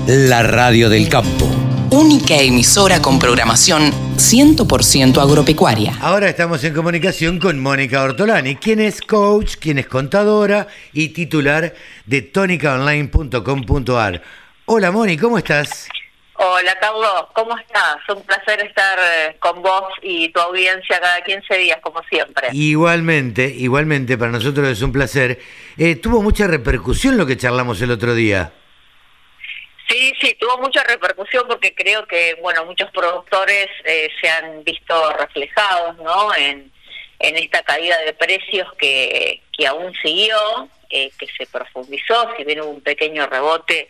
La radio del campo. Única emisora con programación 100% agropecuaria. Ahora estamos en comunicación con Mónica Ortolani, quien es coach, quien es contadora y titular de tonicaonline.com.ar. Hola Moni, ¿cómo estás? Hola Carlos, ¿cómo estás? Un placer estar con vos y tu audiencia cada 15 días, como siempre. Igualmente, para nosotros es un placer. Tuvo mucha repercusión lo que charlamos el otro día. Sí, tuvo mucha repercusión porque creo que, muchos productores se han visto reflejados, ¿no? En esta caída de precios que aún siguió, que se profundizó, si bien hubo un pequeño rebote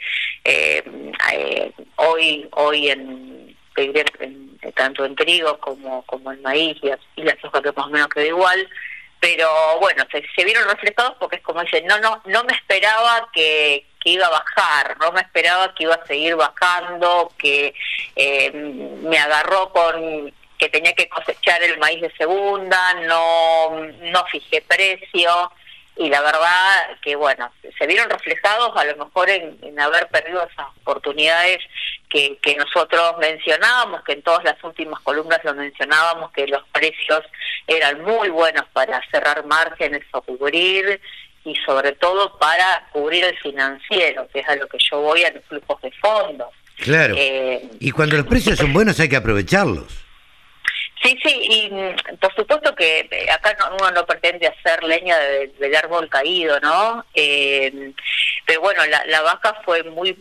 hoy tanto en trigo como en maíz y la soja, que más o menos quedó igual. Pero se vieron reflejados porque es como dicen, no me esperaba que iba a bajar, no me esperaba que iba a seguir bajando, que me agarró con que tenía que cosechar el maíz de segunda, no fijé precio, y la verdad que se vieron reflejados a lo mejor en haber perdido esas oportunidades que nosotros mencionábamos, que en todas las últimas columnas lo mencionábamos, que los precios eran muy buenos para cerrar márgenes o cubrir, y sobre todo para cubrir el financiero, que es a lo que yo voy, a los flujos de fondos. Claro, y cuando los precios son buenos hay que aprovecharlos. Sí, y por supuesto que acá uno no pretende hacer leña del árbol caído, ¿no? Pero la baja fue muy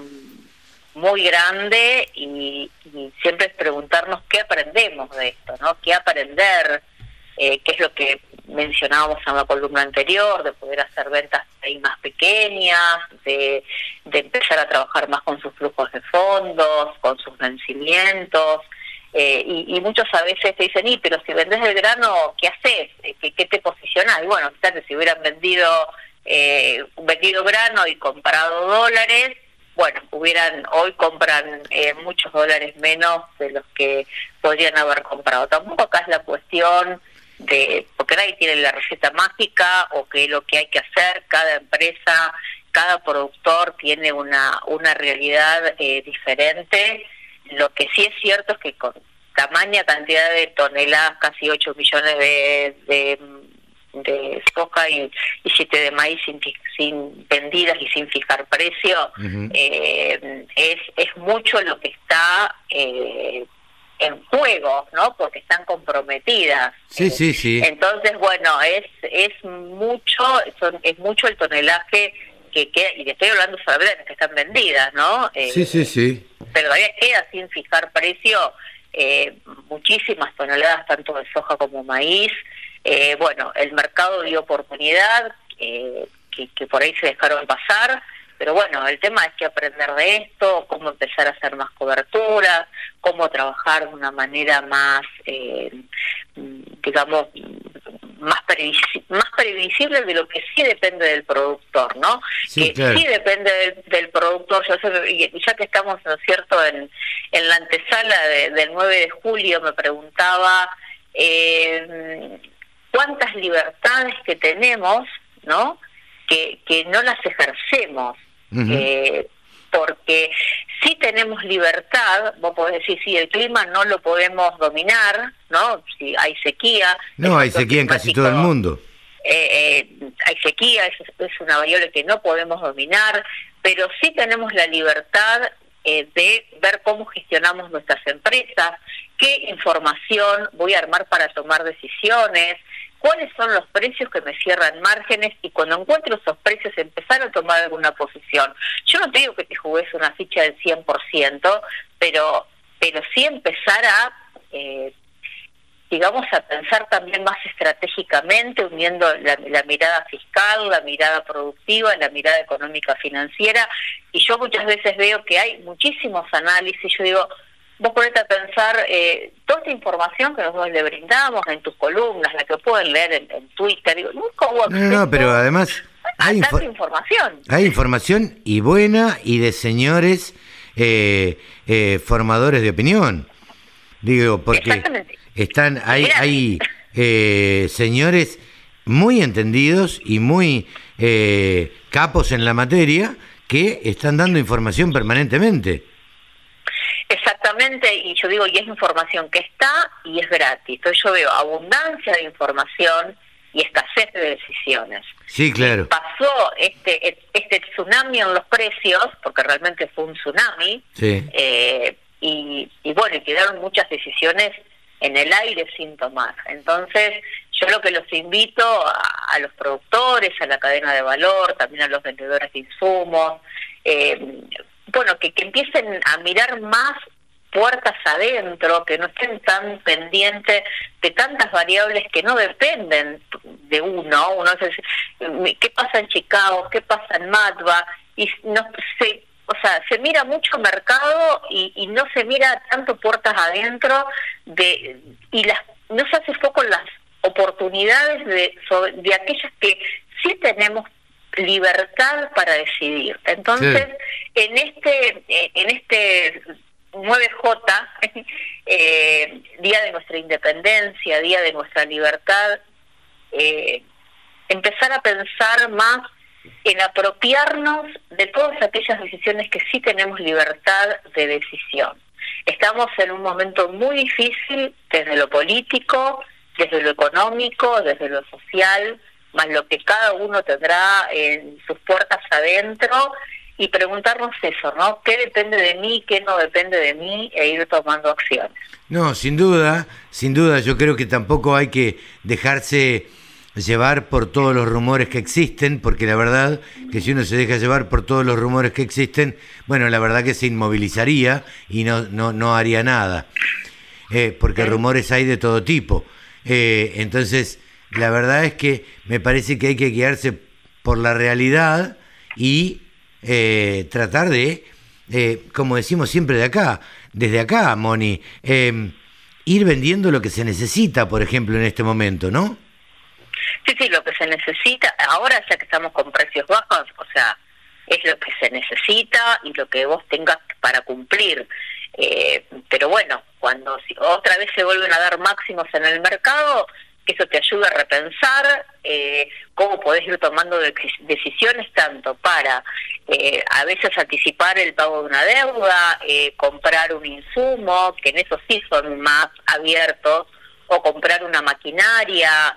grande y siempre es preguntarnos qué aprendemos de esto, ¿no? ¿Qué aprender? ¿Qué es lo que mencionábamos en la columna anterior, de poder hacer ventas ahí más pequeñas, de empezar a trabajar más con sus flujos de fondos, con sus vencimientos? Y muchos a veces te dicen, pero si vendés el grano, ¿qué haces? ¿Qué te posicionás? Y fíjate, si hubieran vendido grano y comprado dólares, hoy compran muchos dólares menos de los que podrían haber comprado. Tampoco acá es la cuestión porque nadie tiene la receta mágica, o que lo que hay que hacer, cada empresa, cada productor tiene una realidad diferente. Lo que sí es cierto es que con tamaña cantidad de toneladas, casi 8 millones de soja y 7 de maíz sin vendidas y sin fijar precio, es mucho lo que está en juego, ¿no? Porque están comprometidas. Sí. Entonces, es mucho el tonelaje que queda, y le estoy hablando sobre las que están vendidas, ¿no? Sí. Pero todavía queda sin fijar precio muchísimas toneladas, tanto de soja como maíz. El mercado dio oportunidad que por ahí se dejaron pasar, pero el tema es que aprender de esto, cómo empezar a hacer más cobertura, cómo trabajar de una manera más, más previsible de lo que sí depende del productor, ¿no? Sí, claro. Sí depende del productor. Ya que estamos, ¿no es cierto?, en la antesala del 9 de julio, me preguntaba cuántas libertades que tenemos, ¿no?, que no las ejercemos. Porque si tenemos libertad, vos podés decir, sí, el clima no lo podemos dominar, ¿no? Si hay sequía. No, hay sequía en casi todo el mundo. Hay sequía, es una variable que no podemos dominar, pero sí tenemos la libertad de ver cómo gestionamos nuestras empresas, qué información voy a armar para tomar decisiones, cuáles son los precios que me cierran márgenes, y cuando encuentro esos precios empezar a tomar alguna posición. Yo no te digo que te jugues una ficha del 100%, pero sí empezar a a pensar también más estratégicamente, uniendo la mirada fiscal, la mirada productiva, la mirada económica financiera. Y yo muchas veces veo que hay muchísimos análisis. Yo digo, vos ponete a pensar toda esta información que nosotros le brindamos en tus columnas, la que pueden leer en Twitter. Digo, nunca hubo acceso. No, pero además hay información. Hay información, y buena, y de señores formadores de opinión. Digo, porque hay señores muy entendidos y muy capos en la materia, que están dando información permanentemente. Exactamente, y yo digo, y es información que está y es gratis. Entonces yo veo abundancia de información y escasez de decisiones. Sí, claro. Pasó este tsunami en los precios, porque realmente fue un tsunami, Sí. Y bueno, y quedaron muchas decisiones en el aire sin tomar. Entonces, yo lo que los invito a los productores, a la cadena de valor, también a los vendedores de insumos, bueno, que empiecen a mirar más puertas adentro, que no estén tan pendientes de tantas variables que no dependen de uno. Uno dice, ¿qué pasa en Chicago? ¿Qué pasa en Matva? Y no se mira mucho mercado y no se mira tanto puertas adentro no se hace foco en las oportunidades de aquellas que sí tenemos libertad para decidir. Entonces, sí, en este 9J, Día de nuestra independencia, Día de nuestra libertad, empezar a pensar más en apropiarnos de todas aquellas decisiones que sí tenemos libertad de decisión. Estamos en un momento muy difícil desde lo político, desde lo económico, desde lo social, más lo que cada uno tendrá en sus puertas adentro, y preguntarnos eso, ¿no? ¿Qué depende de mí, qué no depende de mí? E ir tomando acciones. No, sin duda, yo creo que tampoco hay que dejarse llevar por todos los rumores que existen, porque la verdad que si uno se deja llevar por todos los rumores que existen, bueno, la verdad que se inmovilizaría y no haría nada, porque rumores hay de todo tipo. Entonces, la verdad es que me parece que hay que guiarse por la realidad y tratar de, como decimos siempre desde acá, Moni, ir vendiendo lo que se necesita, por ejemplo, en este momento, ¿no? Sí, lo que se necesita, ahora ya que estamos con precios bajos, o sea, es lo que se necesita y lo que vos tengas para cumplir. Pero bueno, si otra vez se vuelven a dar máximos en el mercado, eso te ayuda a repensar cómo podés ir tomando decisiones tanto para a veces anticipar el pago de una deuda, comprar un insumo, que en eso sí son más abiertos, o comprar una maquinaria.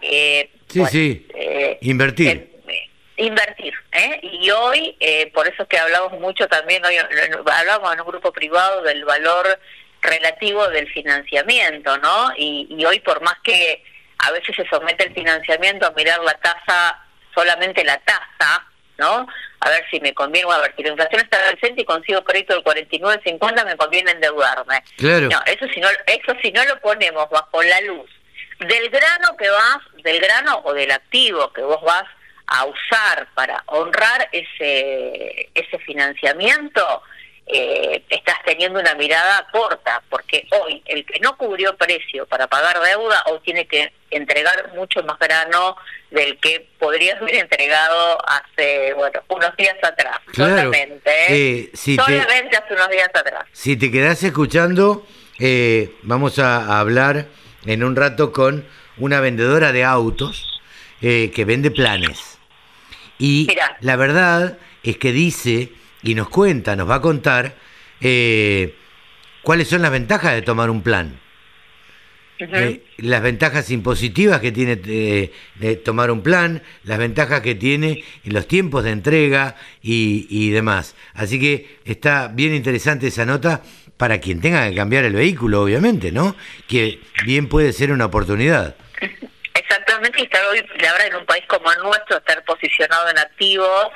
Invertir. Invertir, y hoy, por eso es que hablamos mucho también, hoy hablamos en un grupo privado del valor relativo del financiamiento, ¿no? Y hoy, por más que a veces se somete el financiamiento a mirar la tasa, solamente la tasa, ¿no? A ver si me conviene, a ver, si la inflación está al centro y consigo crédito del 49.50, me conviene endeudarme. Claro. No, eso si no lo ponemos bajo la luz del grano o del activo que vos vas a usar para honrar ese financiamiento, estás teniendo una mirada corta, porque hoy el que no cubrió precio para pagar deuda hoy tiene que entregar mucho más grano del que podría haber entregado hace unos días atrás. Claro. Solamente hace unos días atrás. Si te quedás escuchando, vamos a hablar en un rato con una vendedora de autos que vende planes. Y mirá, la verdad es que dice y nos va a contar cuáles son las ventajas de tomar un plan. Uh-huh. Las ventajas impositivas que tiene de tomar un plan, las ventajas que tiene en los tiempos de entrega y demás. Así que está bien interesante esa nota para quien tenga que cambiar el vehículo, obviamente, ¿no? Que bien puede ser una oportunidad. Exactamente, y estar hoy, la verdad, en un país como el nuestro, estar posicionado en activos,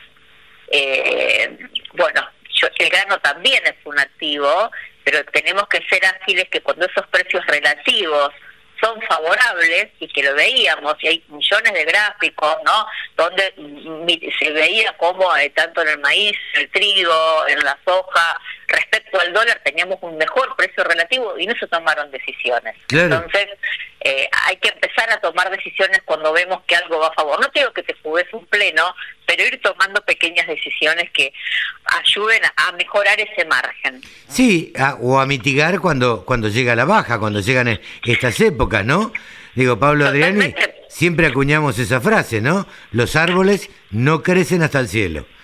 el grano también es un activo, pero tenemos que ser ágiles, que cuando esos precios relativos son favorables, y que lo veíamos, y hay millones de gráficos, ¿no?, donde se veía cómo tanto en el maíz, en el trigo, en la soja, respecto al dólar teníamos un mejor precio relativo y no se tomaron decisiones. Claro. Entonces hay que empezar a tomar decisiones cuando vemos que algo va a favor. No digo que te jugues un pleno, pero ir tomando pequeñas decisiones que ayuden a mejorar ese margen. Sí, o a mitigar cuando llega la baja, cuando llegan estas épocas, ¿no? Digo, Pablo Adriani, siempre acuñamos esa frase, ¿no? Los árboles no crecen hasta el cielo.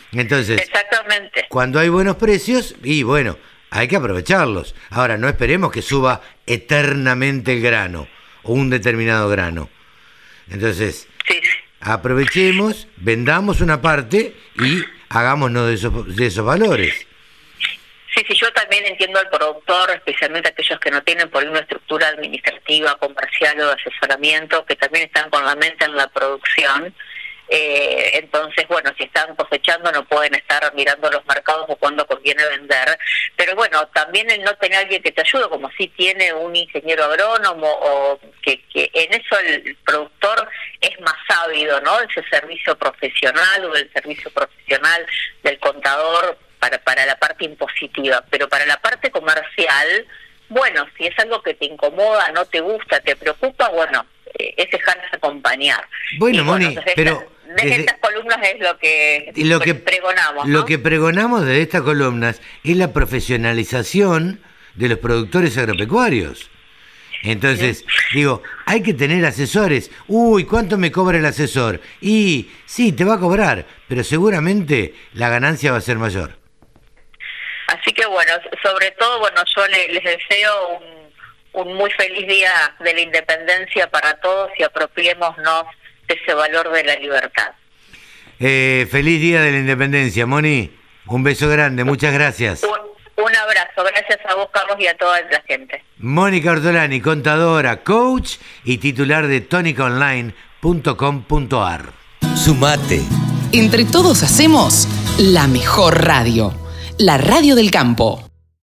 Entonces, exactamente. Cuando hay buenos precios, y bueno, hay que aprovecharlos. Ahora, no esperemos que suba eternamente el grano o un determinado grano. Entonces, Sí. aprovechemos, vendamos una parte y hagámonos de esos valores. Sí, yo también entiendo al productor, especialmente aquellos que no tienen por ahí una estructura administrativa, comercial o de asesoramiento, que también están con la mente en la producción. Entonces, bueno, si están cosechando no pueden estar mirando los mercados o cuándo conviene vender. Pero bueno, también el no tener a alguien que te ayude, como si tiene un ingeniero agrónomo, o que en eso el productor es más ávido, ¿no? Ese servicio profesional o el servicio profesional del contador para la parte impositiva. Pero para la parte comercial, bueno, si es algo que te incomoda, no te gusta, te preocupa, bueno, es dejarse acompañar. Bueno, Moni, pero desde estas columnas es lo que pregonamos, ¿no? Lo que pregonamos de estas columnas es la profesionalización de los productores agropecuarios. Entonces, digo, hay que tener asesores. Uy, ¿cuánto me cobra el asesor? Y sí, te va a cobrar, pero seguramente la ganancia va a ser mayor. Así que bueno, sobre todo, bueno, yo les deseo un muy feliz día de la independencia para todos y apropiémonos de ese valor de la libertad. Feliz día de la independencia, Moni. Un beso grande, muchas gracias. Un abrazo, gracias a vos, Carlos, y a toda la gente. Mónica Ortolani, contadora, coach y titular de tonicaonline.com.ar. Sumate. Entre todos hacemos la mejor radio, la radio del campo.